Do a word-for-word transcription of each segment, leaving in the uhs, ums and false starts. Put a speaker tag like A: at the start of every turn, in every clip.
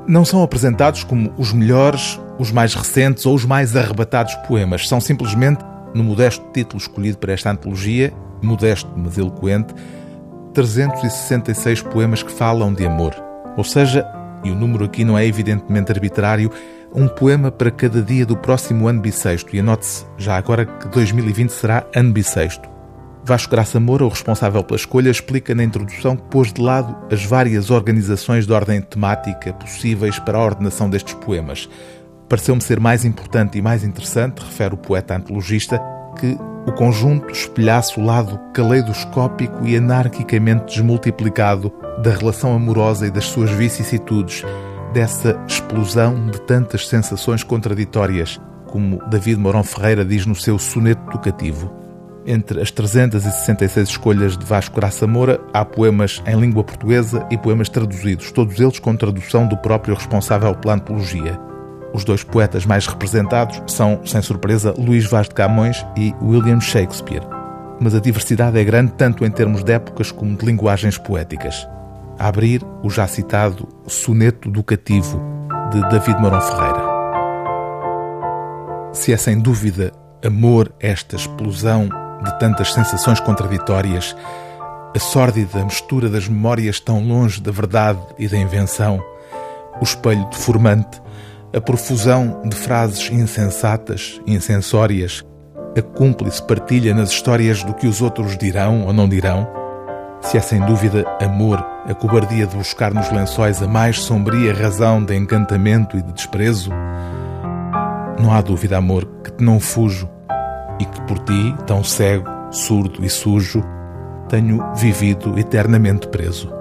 A: Não são apresentados como os melhores, os mais recentes ou os mais arrebatados poemas. São simplesmente, no modesto título escolhido para esta antologia, modesto mas eloquente, trezentos e sessenta e seis poemas que falam de amor. Ou seja, e o número aqui não é evidentemente arbitrário, um poema para cada dia do próximo ano bissexto. E anote-se já agora que dois mil e vinte será ano bissexto. Vasco Graça Moura, o responsável pela escolha, explica na introdução que pôs de lado as várias organizações de ordem temática possíveis para a ordenação destes poemas. Pareceu-me ser mais importante e mais interessante, refere o poeta antologista, que o conjunto espelhasse o lado caleidoscópico e anarquicamente desmultiplicado da relação amorosa e das suas vicissitudes, dessa explosão de tantas sensações contraditórias, como David Mourão Ferreira diz no seu soneto tocativo. Entre as trezentas e sessenta e seis escolhas de Vasco Graça Moura, há poemas em língua portuguesa e poemas traduzidos, todos eles com tradução do próprio responsável pela antologia. Os dois poetas mais representados são, sem surpresa, Luís Vaz de Camões e William Shakespeare. Mas a diversidade é grande tanto em termos de épocas como de linguagens poéticas. A abrir, o já citado Soneto do Cativo, de David Mourão Ferreira. Se é sem dúvida amor esta explosão de tantas sensações contraditórias, a sórdida mistura das memórias tão longe da verdade e da invenção, o espelho deformante, a profusão de frases insensatas, insensórias, a cúmplice partilha nas histórias do que os outros dirão ou não dirão, se é sem dúvida amor a cobardia de buscar nos lençóis a mais sombria razão de encantamento e de desprezo, não há dúvida, amor, que te não fujo e que por ti, tão cego, surdo e sujo, tenho vivido eternamente preso.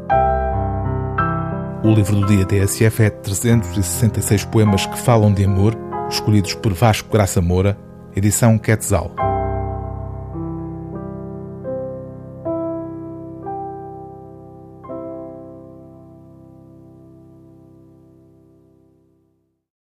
A: O livro do dia T S F é trezentos e sessenta e seis poemas que falam de amor, escolhidos por Vasco Graça Moura, edição Quetzal.